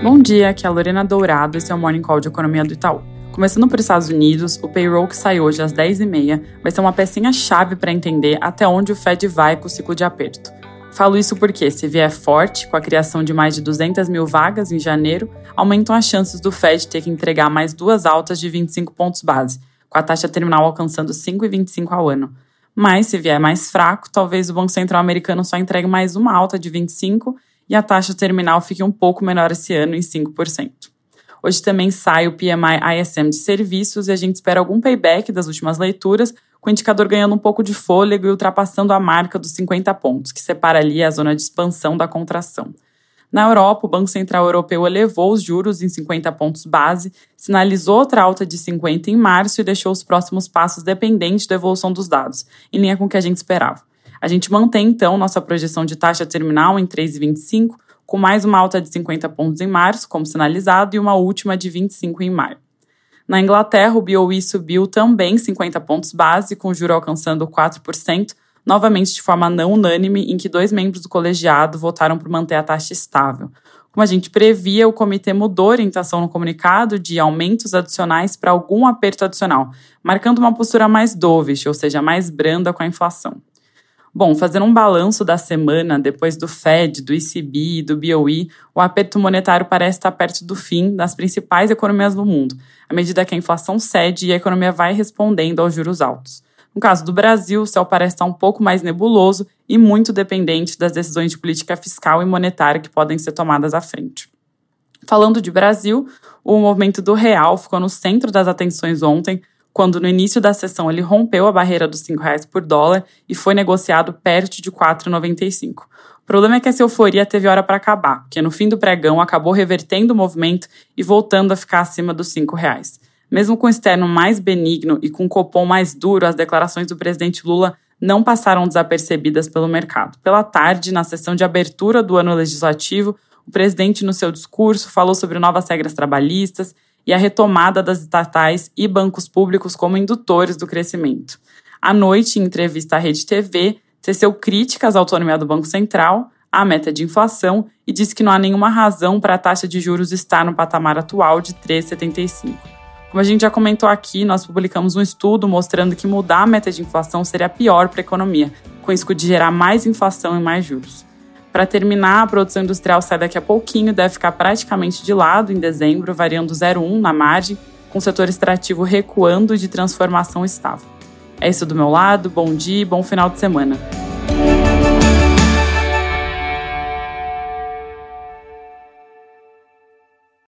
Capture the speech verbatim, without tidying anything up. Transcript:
Bom dia, aqui é a Lorena Dourado, esse é o Morning Call de Economia do Itaú. Começando por Estados Unidos, o payroll que sai hoje às dez e meia vai ser uma pecinha-chave para entender até onde o Fed vai com o ciclo de aperto. Falo isso porque, se vier forte, com a criação de mais de duzentas mil vagas em janeiro, aumentam as chances do Fed ter que entregar mais duas altas de vinte e cinco pontos base, com a taxa terminal alcançando cinco vírgula vinte e cinco ao ano. Mas, se vier mais fraco, talvez o Banco Central americano só entregue mais uma alta de vinte e cinco e a taxa terminal fique um pouco menor esse ano, em cinco por cento. Hoje também sai o P M I I S M de serviços e a gente espera algum payback das últimas leituras, com o indicador ganhando um pouco de fôlego e ultrapassando a marca dos cinquenta pontos, que separa ali a zona de expansão da contração. Na Europa, o Banco Central Europeu elevou os juros em cinquenta pontos base, sinalizou outra alta de cinquenta em março e deixou os próximos passos dependentes da evolução dos dados, em linha com o que a gente esperava. A gente mantém, então, nossa projeção de taxa terminal em três vírgula vinte e cinco, com mais uma alta de cinquenta pontos em março, como sinalizado, e uma última de vinte e cinco em maio. Na Inglaterra, o B O E subiu também cinquenta pontos base, com o juro alcançando quatro por cento, novamente de forma não unânime, em que dois membros do colegiado votaram por manter a taxa estável. Como a gente previa, o comitê mudou a orientação no comunicado de aumentos adicionais para algum aperto adicional, marcando uma postura mais dovish, ou seja, mais branda com a inflação. Bom, fazendo um balanço da semana, depois do Fed, do E C B e do B O E, o aperto monetário parece estar perto do fim das principais economias do mundo, à medida que a inflação cede e a economia vai respondendo aos juros altos. No caso do Brasil, o céu parece estar um pouco mais nebuloso e muito dependente das decisões de política fiscal e monetária que podem ser tomadas à frente. Falando de Brasil, o movimento do real ficou no centro das atenções ontem, quando no início da sessão ele rompeu a barreira dos cinco reais por dólar e foi negociado perto de quatro reais e noventa e cinco centavos. O problema é que essa euforia teve hora para acabar, porque no fim do pregão acabou revertendo o movimento e voltando a ficar acima dos cinco reais. Mesmo com o externo mais benigno e com o Copom mais duro, as declarações do presidente Lula não passaram desapercebidas pelo mercado. Pela tarde, na sessão de abertura do ano legislativo, o presidente, no seu discurso, falou sobre novas regras trabalhistas e a retomada das estatais e bancos públicos como indutores do crescimento. À noite, em entrevista à Rede T V, teceu críticas à autonomia do Banco Central, à meta de inflação e disse que não há nenhuma razão para a taxa de juros estar no patamar atual de três vírgula setenta e cinco. Como a gente já comentou aqui, nós publicamos um estudo mostrando que mudar a meta de inflação seria pior para a economia, com risco de gerar mais inflação e mais juros. Para terminar, a produção industrial sai daqui a pouquinho e deve ficar praticamente de lado em dezembro, variando zero vírgula um na margem, com o setor extrativo recuando de transformação estável. É isso do meu lado, bom dia e bom final de semana.